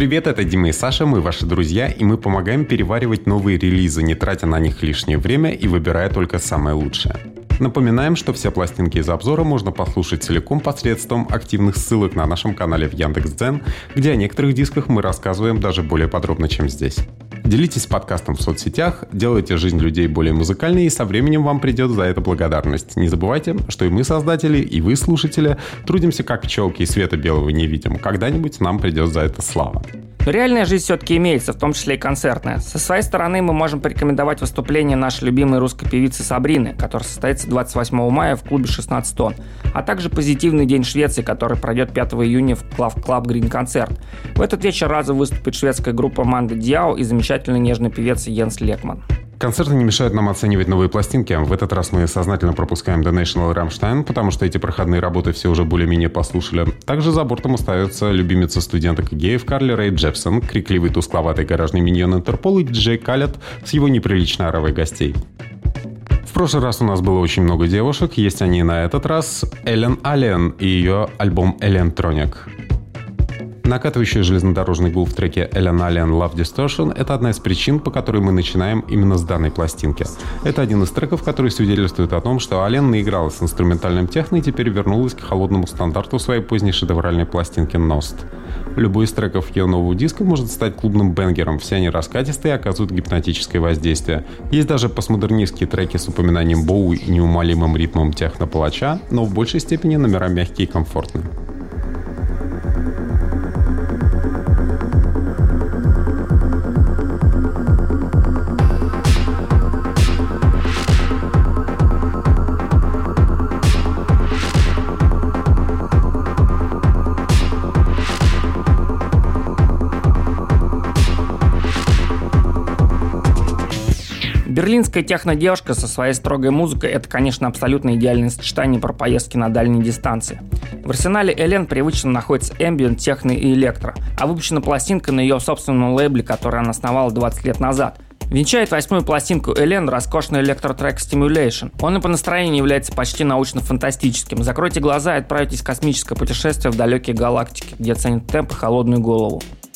Привет, это Дима и Саша, мы ваши друзья, и мы помогаем переваривать новые релизы, не тратя на них лишнее время и выбирая только самое лучшее. Напоминаем, что все пластинки из обзора можно послушать целиком посредством активных ссылок на нашем канале в Яндекс.Дзен, где о некоторых дисках мы рассказываем даже более подробно, чем здесь. Делитесь подкастом в соцсетях, делайте жизнь людей более музыкальной, и со временем вам придет за это благодарность. Не забывайте, что и мы, создатели, и вы, слушатели, трудимся как пчелки и света белого не видим. Когда-нибудь нам придет за это слава. Но реальная жизнь все-таки имеется, в том числе и концертная. Со своей стороны мы можем порекомендовать выступление нашей любимой русской певицы Сабрины, которое состоится 28 мая в клубе 16 тонн, а также позитивный день Швеции, который пройдет 5 июня в Club Green концерт. В этот вечер разом выступит шведская группа Манда Диао и замечательный нежный певец Йенс Лекман. Концерты не мешают нам оценивать новые пластинки. В этот раз мы сознательно пропускаем The National Rammstein, потому что эти проходные работы все уже более-менее послушали. Также за бортом остается любимица студенток и геев Карли Рэй Джепсон, крикливый тускловатый гаражный миньон Интерпол и диджей Калет с его неприличной оравой гостей. В прошлый раз у нас было очень много девушек, есть они и на этот раз. Эллен Аллен и ее альбом Elentronic. Накатывающий железнодорожный гул в треке Эллен Аллен Love Distortion — это одна из причин, по которой мы начинаем именно с данной пластинки. Это один из треков, который свидетельствует о том, что Аллен наигралась с инструментальным техно и теперь вернулась к холодному стандарту своей поздней шедевральной пластинки Nost. Любой из треков ее нового диска может стать клубным бенгером, все они раскатистые и оказывают гипнотическое воздействие. Есть даже постмодернистские треки с упоминанием Боуи и неумолимым ритмом техно-палача, но в большей степени номера мягкие и комфортные. Берлинская техно-девушка со своей строгой музыкой – это, конечно, абсолютно идеальное сочетание про поездки на дальние дистанции. В арсенале Эллен привычно находится эмбиент, техно и электро, а выпущена пластинка на ее собственном лейбле, который она основала 20 лет назад. Венчает 8-ю пластинку Эллен роскошный электротрек Stimulation. Он и по настроению является почти научно-фантастическим. Закройте глаза и отправитесь в космическое путешествие в далекие галактики, где ценят темп и холодную голову.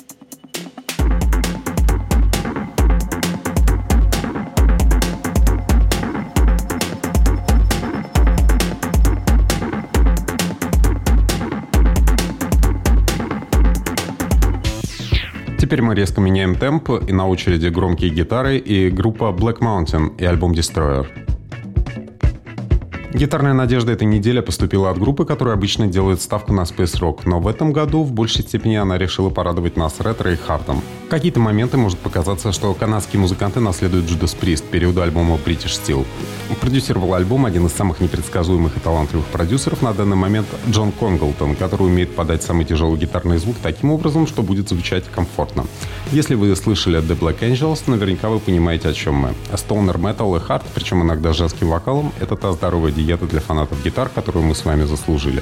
Теперь мы резко меняем темп, и на очереди громкие гитары и группа Black Mountain и альбом Destroyer. Гитарная надежда этой недели поступила от группы, которая обычно делает ставку на спейс-рок, но в этом году в большей степени она решила порадовать нас ретро и хардом. В какие-то моменты может показаться, что канадские музыканты наследуют Judas Priest периода альбома British Steel. Продюсировал альбом один из самых непредсказуемых и талантливых продюсеров на данный момент Джон Конглтон, который умеет подать самый тяжелый гитарный звук таким образом, что будет звучать комфортно. Если вы слышали The Black Angels, наверняка вы понимаете, о чем мы. Stoner Metal и хард, причем иногда с женским вокалом, это та здоровая диета для фанатов гитар, которую мы с вами заслужили.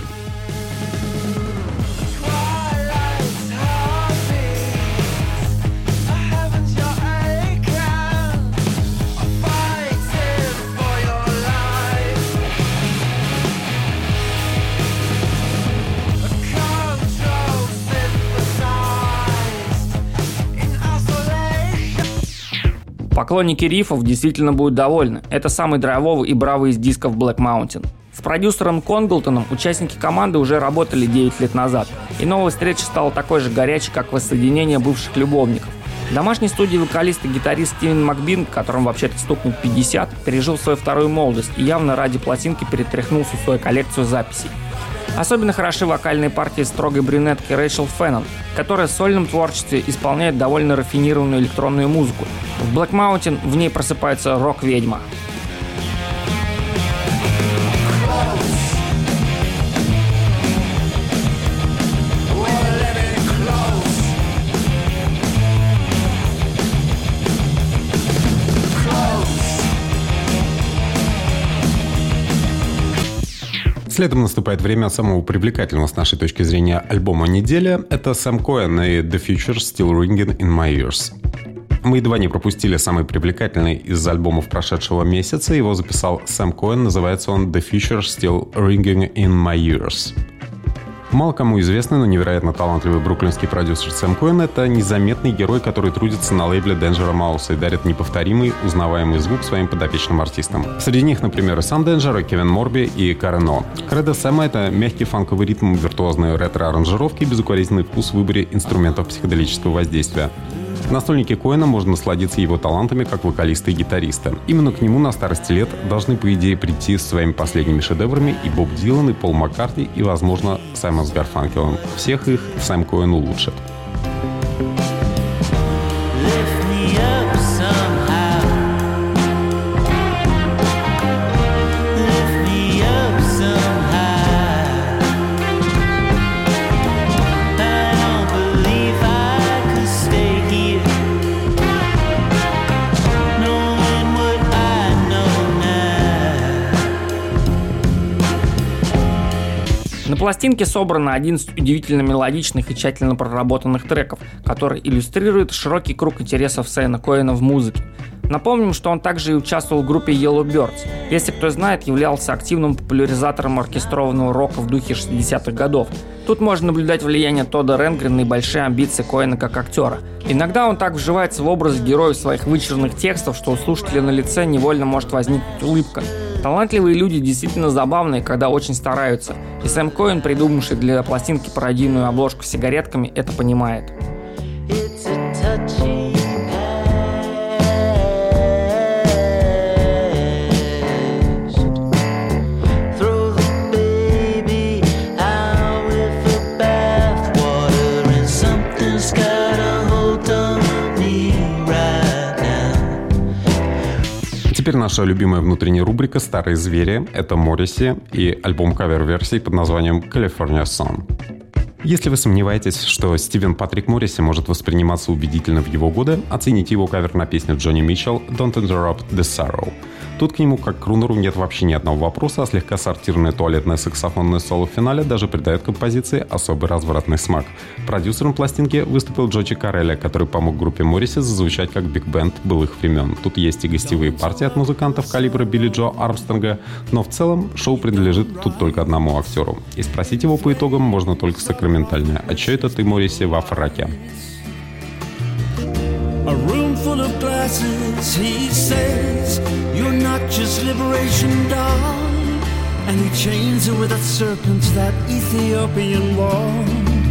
Поклонники рифов действительно будут довольны. Это самый драйвовый и бравый из дисков Black Mountain. С продюсером Конглтоном участники команды уже работали 9 лет назад, и новая встреча стала такой же горячей, как воссоединение бывших любовников. В домашней студии вокалист и гитарист Стивен Макбин, которому вообще-то стукнет 50, пережил свою вторую молодость и явно ради пластинки перетряхнул всю свою коллекцию записей. Особенно хороши вокальные партии строгой брюнетки Рэйчел Феннон, которая в сольном творчестве исполняет довольно рафинированную электронную музыку. В Black Mountain в ней просыпается рок-ведьма. Следом наступает время самого привлекательного с нашей точки зрения альбома недели. Это Сэм Коэн и The Future Still Ringing in My Ears. Мы едва не пропустили самый привлекательный из альбомов прошедшего месяца. Его записал Сэм Коэн, называется он The Future Still Ringing in My Ears. Мало кому известный, но невероятно талантливый бруклинский продюсер Сэм Коэн — это незаметный герой, который трудится на лейбле Danger Mouse и дарит неповторимый, узнаваемый звук своим подопечным артистам. Среди них, например, и сам Danger, и Кевин Морби, и Карен О. Кредо Сэма — это мягкий фанковый ритм, виртуозные ретро-аранжировки и безукоризненный вкус в выборе инструментов психоделического воздействия. Настольники Коэна можно насладиться его талантами как вокалиста и гитариста. Именно к нему на старости лет должны, по идее, прийти со своими последними шедеврами и Боб Дилан, и Пол Маккартни, и, возможно, Саймон с Гарфанкелом. Всех их Сэм Коэн улучшит. На пластинке собрано 11 удивительно мелодичных и тщательно проработанных треков, которые иллюстрируют широкий круг интересов Сэма Коэна в музыке. Напомним, что он также и участвовал в группе Yellowbirds. Если кто знает, являлся активным популяризатором оркестрованного рока в духе 60-х годов. Тут можно наблюдать влияние Тодда Рэнгрена и большие амбиции Коэна как актера. Иногда он так вживается в образ героев своих вычурных текстов, что у слушателя на лице невольно может возникнуть улыбка. Талантливые люди действительно забавные, когда очень стараются. И Сэм Коэн, придумавший для пластинки пародийную обложку с сигаретками, это понимает. Теперь наша любимая внутренняя рубрика «Старые звери» — это Морриси и альбом кавер-версий под названием «California Sun». Если вы сомневаетесь, что Стивен Патрик Морриси может восприниматься убедительно в его годы, оцените его кавер на песню Джонни Митчелл «Don't Interrupt the Sorrow». Тут к нему, как к крунеру, нет вообще ни одного вопроса, а слегка сортированное туалетное саксофонное соло в финале даже придает композиции особый развратный смак. Продюсером пластинки выступил Джоджи Карелли, который помог группе Морриси зазвучать как биг-бенд былых времен. Тут есть и гостевые партии от музыкантов калибра Билли Джо Армстронга, но в целом шоу принадлежит тут только одному актеру. И спросить его по итогам можно только сакраментальное: «А чё это ты, Морриси, во фраке?» A room full of glasses, he says, you're not just liberation doll. And he chains her with a serpent, that Ethiopian wall.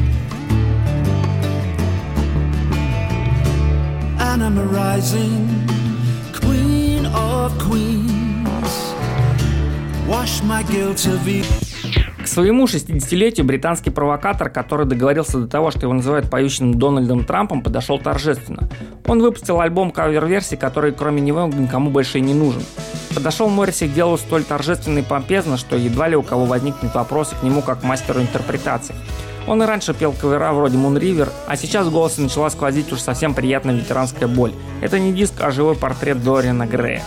And I'm a rising queen of queens. Wash my guilt of it. К своему 60-летию британский провокатор, который договорился до того, что его называют поющим Дональдом Трампом, подошел торжественно. Он выпустил альбом кавер-версий, который кроме него никому больше и не нужен. Подошел Морриси к делу столь торжественно и помпезно, что едва ли у кого возникнут вопросы к нему как к мастеру интерпретации. Он и раньше пел кавера вроде Moon River, а сейчас в голосе начала сквозить уж совсем приятная ветеранская боль. Это не диск, а живой портрет Дориана Грея.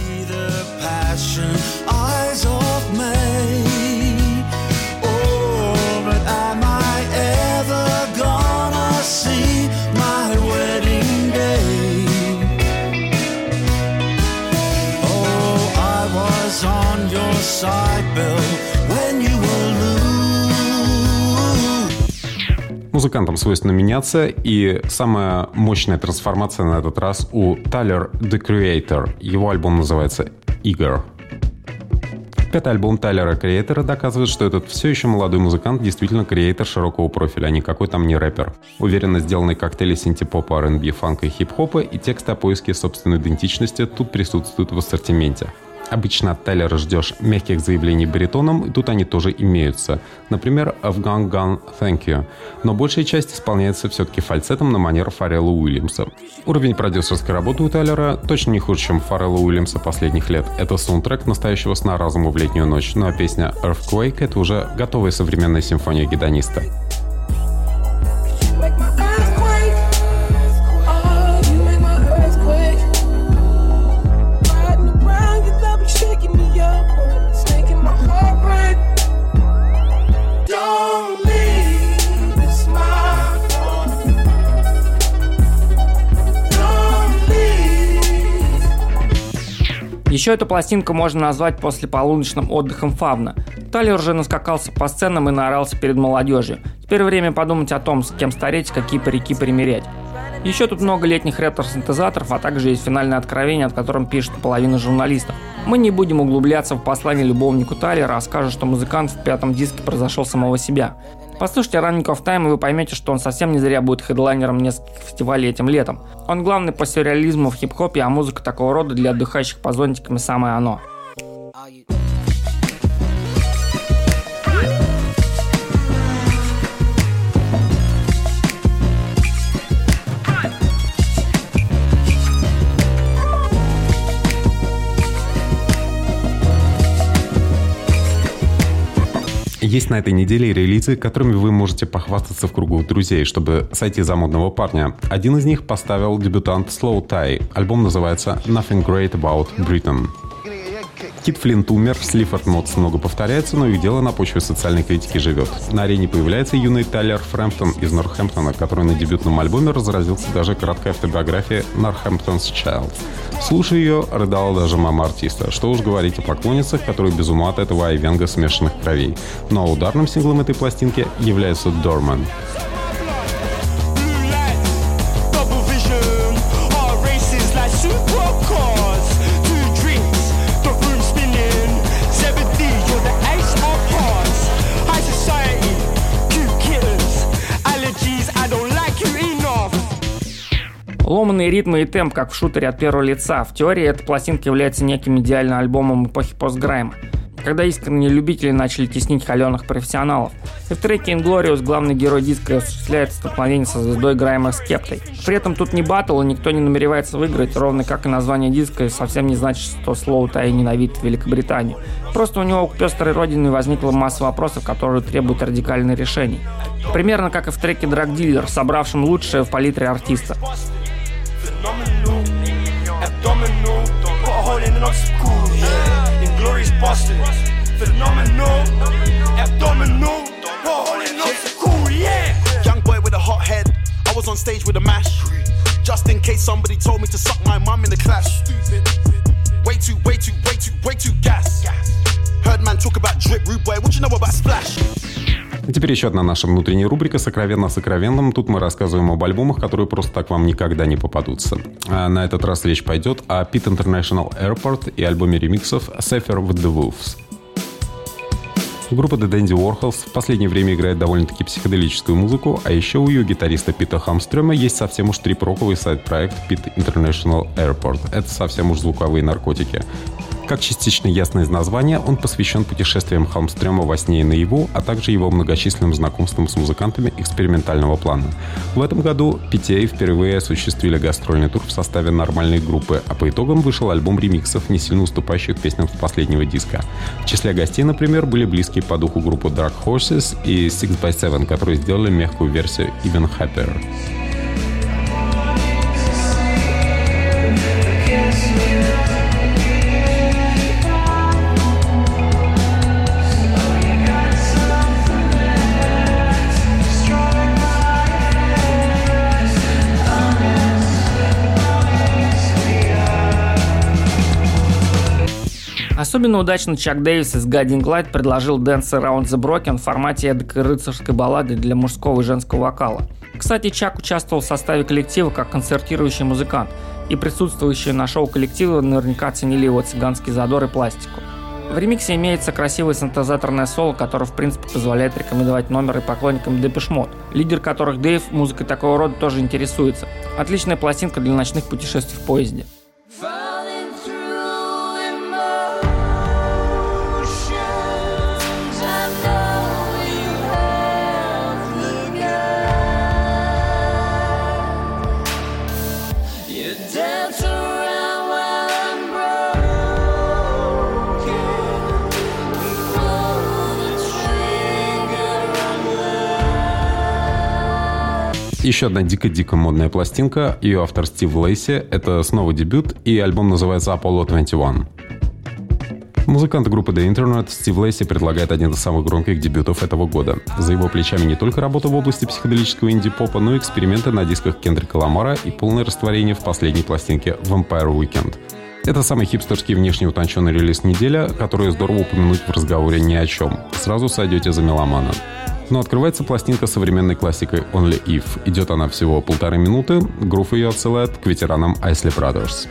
Музыкантам свойственно меняться, и самая мощная трансформация на этот раз у Tyler The Creator. Его альбом называется «Eager». Пятый альбом Тайлера Креатора доказывает, что этот все еще молодой музыкант действительно креатор широкого профиля, а никакой там не рэпер. Уверенно сделанные коктейли синти-попа, R&B, фанка и хип-хопа и тексты о поиске собственной идентичности тут присутствуют в ассортименте. Обычно от Тайлера ждешь мягких заявлений баритоном, и тут они тоже имеются. Например, «I've gone, thank you». Но большая часть исполняется все-таки фальцетом на манер Фаррелла Уильямса. Уровень продюсерской работы у Тайлера точно не хуже, чем Фаррелла Уильямса последних лет. Это саундтрек настоящего сна разума в летнюю ночь, ну а песня «Earthquake» — это уже готовая современная симфония гедониста. Еще эту пластинку можно назвать послеполуночным отдыхом фавна. Тайлер уже наскакался по сценам и наорался перед молодежью. Теперь время подумать о том, с кем стареть, какие парики примерять. Еще тут много летних ретро-синтезаторов, а также есть финальное откровение, от которым пишет половина журналистов. Мы не будем углубляться в послание любовнику Тайлера, а скажем, что музыкант в 5-м диске превзошел самого себя. Послушайте Running of Time, и вы поймете, что он совсем не зря будет хедлайнером нескольких фестивалей этим летом. Он главный по сюрреализму в хип-хопе, а музыка такого рода для отдыхающих по зонтикам самое оно. Есть на этой неделе релизы, которыми вы можете похвастаться в кругу друзей, чтобы сойти за модного парня. Один из них поставил дебютант Slowthai. Альбом называется Nothing Great About Britain. Кит Флинт умер, Слифорд Модс много повторяется, но их дело на почве социальной критики живет. На арене появляется юный Тайлер Фрэмптон из Нортхэмптона, который на дебютном альбоме разразился даже краткой автобиографией Northampton's Child. Слушая ее, рыдала даже мама артиста. Что уж говорить о поклонницах, которые без ума от этого айвенга смешанных кровей. Ну а ударным синглом этой пластинки является Doorman. Ломаные ритмы и темп, как в шутере от первого лица. В теории эта пластинка является неким идеальным альбомом эпохи постграйма, когда искренние любители начали теснить холеных профессионалов. И в треке Inglorious главный герой диска осуществляет столкновение со звездой грайма Скептой. При этом тут не баттл, и никто не намеревается выиграть, ровно как и название диска совсем не значит, что Slowthai ненавидит Великобританию. Просто у него к пестрой родине возникла масса вопросов, которые требуют радикальных решений. Примерно как и в треке Drug Dealer, собравшем лучшее в палитре артиста. Phenomenal, abdominal, put a hole in an obstacle, yeah. Inglorious bastards, phenomenal, abdominal, put a hole in an obstacle, yeah. Young boy with a hot head, I was on stage with a mash. Just in case somebody told me to suck my mum in the clash. Way too gas. Heard man talk about drip, rude boy, what you know about splash? И теперь еще одна наша внутренняя рубрика «Сокровенно сокровенным». Тут мы рассказываем об альбомах, которые просто так вам никогда не попадутся. А на этот раз речь пойдет о Pit International Airport и альбоме ремиксов «Safer with the Wolves». Группа The Dandy Warhols в последнее время играет довольно-таки психоделическую музыку, а еще у ее гитариста Пита Хамстрёма есть совсем уж трип-роковый сайд-проект Pit International Airport. Это совсем уж звуковые наркотики. Как частично ясно из названия, он посвящен путешествиям Хамстрёма во сне и наяву, а также его многочисленным знакомствам с музыкантами экспериментального плана. В этом году PTA впервые осуществили гастрольный тур в составе нормальной группы, а по итогам вышел альбом ремиксов, не сильно уступающих песням с последнего диска. В числе гостей, например, были близкие по духу группы Dark Horses и 6x7, которые сделали мягкую версию Even Happier. Особенно удачно Чак Дэвис из Guiding Light предложил Dance Around the Broken в формате эдакой рыцарской баллады для мужского и женского вокала. Кстати, Чак участвовал в составе коллектива как концертирующий музыкант, и присутствующие на шоу коллектива наверняка оценили его цыганский задор и пластику. В ремиксе имеется красивое синтезаторное соло, которое в принципе позволяет рекомендовать номер и поклонникам Depeche Mode, лидер которых Дэйв музыкой такого рода тоже интересуется. Отличная пластинка для ночных путешествий в поезде. Еще одна дико-дико модная пластинка, ее автор Стив Лейси, это снова дебют, и альбом называется Apollo 21. Музыкант группы The Internet Стив Лейси предлагает один из самых громких дебютов этого года. За его плечами не только работа в области психоделического инди-попа, но и эксперименты на дисках Кендрика Ламара и полное растворение в последней пластинке Vampire Weekend. Это самый хипстерский внешне утонченный релиз недели, который здорово упомянуть в разговоре ни о чем. Сразу сойдете за меломана. Но открывается пластинка современной классикой Only If. Идет она всего 1,5 минуты, грув ее отсылает к ветеранам Isley Brothers.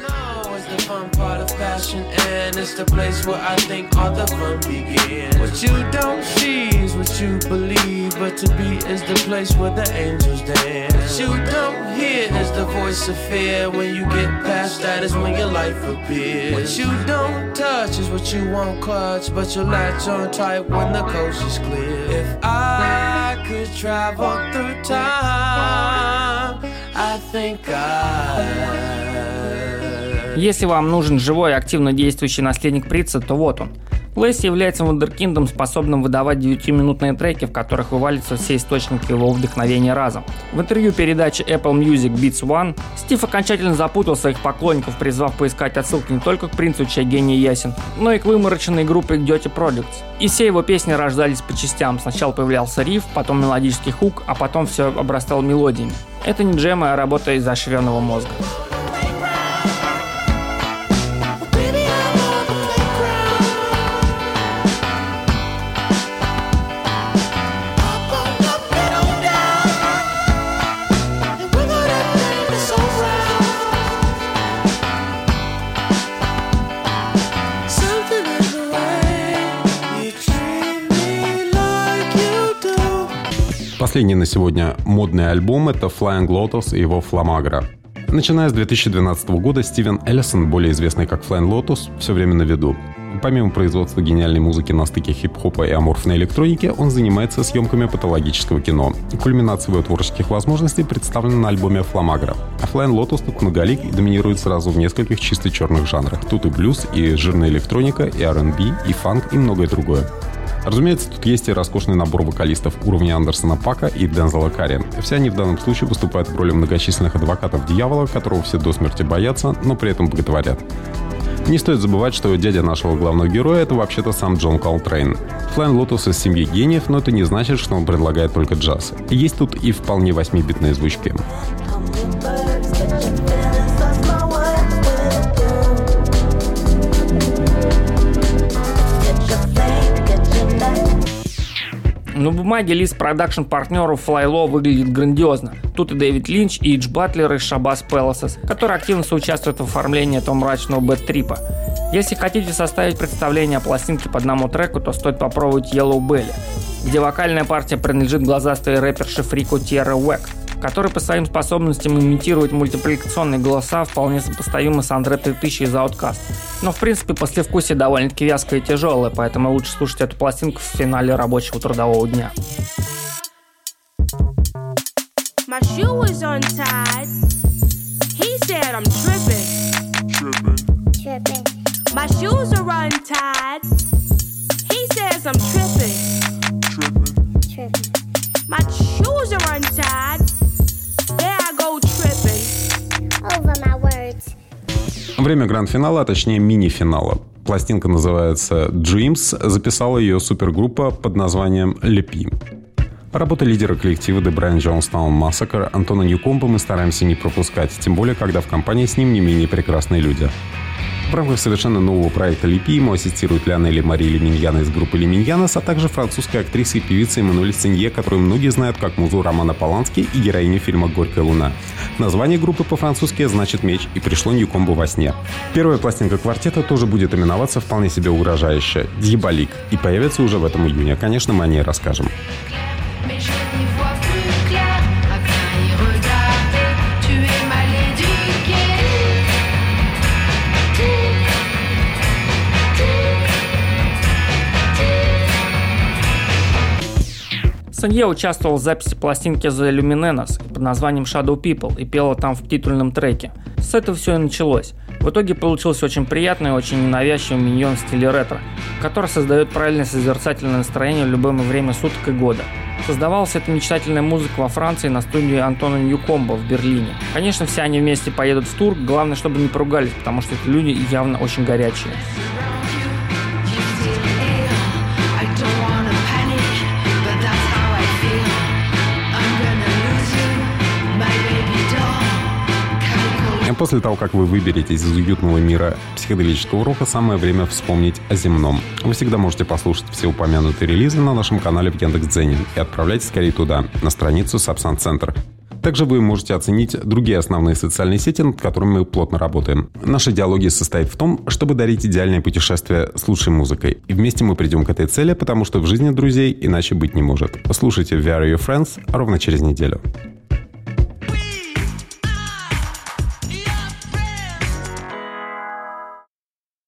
It's the place where I think all the fun begins. What you don't see is what you believe, but to be is the place where the angels dance. What you don't hear is the voice of fear. When you get past that is when your life appears. What you don't touch is what you won't clutch, but you'll latch on tight when the coast is clear. If I could travel through time, I think Если вам нужен живой и активно действующий наследник Притца, то вот он. Лэйси является вундеркиндом, способным выдавать 9-минутные треки, в которых вывалится все источники его вдохновения разом. В интервью передачи Apple Music Beats One Стив окончательно запутал своих поклонников, призвав поискать отсылки не только к Принцу, чей гений ясен, но и к вымороченной группе Dirty Products. И все его песни рождались по частям. Сначала появлялся риф, потом мелодический хук, а потом все обрастало мелодиями. Это не джемы, а работа изощренного мозга. Последний на сегодня модный альбом — это Flying Lotus и его Flamagra. Начиная с 2012 года Стивен Эллисон, более известный как Flying Lotus, все время на виду. Помимо производства гениальной музыки на стыке хип-хопа и аморфной электроники, он занимается съемками патологического кино. Кульминация его творческих возможностей представлена на альбоме Flamagra. А Flying Lotus тут многолик и доминирует сразу в нескольких чисто черных жанрах. Тут и блюз, и жирная электроника, и R&B, и фанк, и многое другое. Разумеется, тут есть и роскошный набор вокалистов уровня Андерсона Пака и Дензела Карри. Все они в данном случае выступают в роли многочисленных адвокатов дьявола, которого все до смерти боятся, но при этом боготворят. Не стоит забывать, что дядя нашего главного героя — это вообще-то сам Джон Колтрейн. Flying Lotus из семьи гениев, но это не значит, что он предлагает только джаз. Есть тут и вполне 8-битные звучки. На бумаге лист продакшн-партнеров Флайло выглядит грандиозно. Тут и Дэвид Линч, и Идж Батлер из Shabazz Palaces, которые активно соучаствуют в оформлении этого мрачного бэд-трипа. Если хотите составить представление о пластинке по одному треку, то стоит попробовать Yellow Belly, где вокальная партия принадлежит глазастой рэперше Фрику Тьерра Уэк, который по своим способностям имитировать мультипликационные голоса вполне сопоставимы с Андре 3000 из Outkast. Но в принципе послевкусие довольно-таки вязкое и тяжелое, поэтому лучше слушать эту пластинку в финале рабочего трудового дня. My shoe was untied. He said I'm tripping. My shoes are untied. He says I'm tripping. My shoes are untied. There I go tripping. Over my words. Время гранд-финала, а точнее мини-финала. Пластинка называется Dreams. Записала ее супергруппа под названием Лепи. Работа лидера коллектива The Brian Jonestown Massacre Антона Ньюкомба мы стараемся не пропускать, тем более, когда в компании с ним не менее прекрасные люди. В рамках совершенно нового проекта Лепи ему ассистирует Лионель Мари Леминьяна из группы Леминьянос, а также французская актриса и певица Эммануэль Сенье, которую многие знают как музу Романа Полански и героиню фильма «Горькая луна». Название группы по-французски значит «меч», и пришло Ньюкомбу во сне. Первая пластинка квартета тоже будет именоваться вполне себе угрожающе «Дьяволик», и появится уже в этом июне. Конечно, мы о ней расскажем. Сенье участвовал в записи пластинки The Lumineers под названием Shadow People и пела там в титульном треке. С этого все и началось. В итоге получился очень приятный и очень ненавязчивый миньон в стиле ретро, который создает правильное созерцательное настроение в любое время суток и года. Создавалась эта мечтательная музыка во Франции на студии Антона Ньюкомба в Берлине. Конечно, все они вместе поедут в тур, главное, чтобы не поругались, потому что эти люди явно очень горячие. После того, как вы выберетесь из уютного мира психоделического рока, самое время вспомнить о земном. Вы всегда можете послушать все упомянутые релизы на нашем канале в Яндекс.Дзене и отправляйтесь скорее туда, на страницу Subsound Center. Также вы можете оценить другие основные социальные сети, над которыми мы плотно работаем. Наша идеология состоит в том, чтобы дарить идеальное путешествие с лучшей музыкой. И вместе мы придем к этой цели, потому что в жизни друзей иначе быть не может. Послушайте Where Are Your Friends ровно через неделю.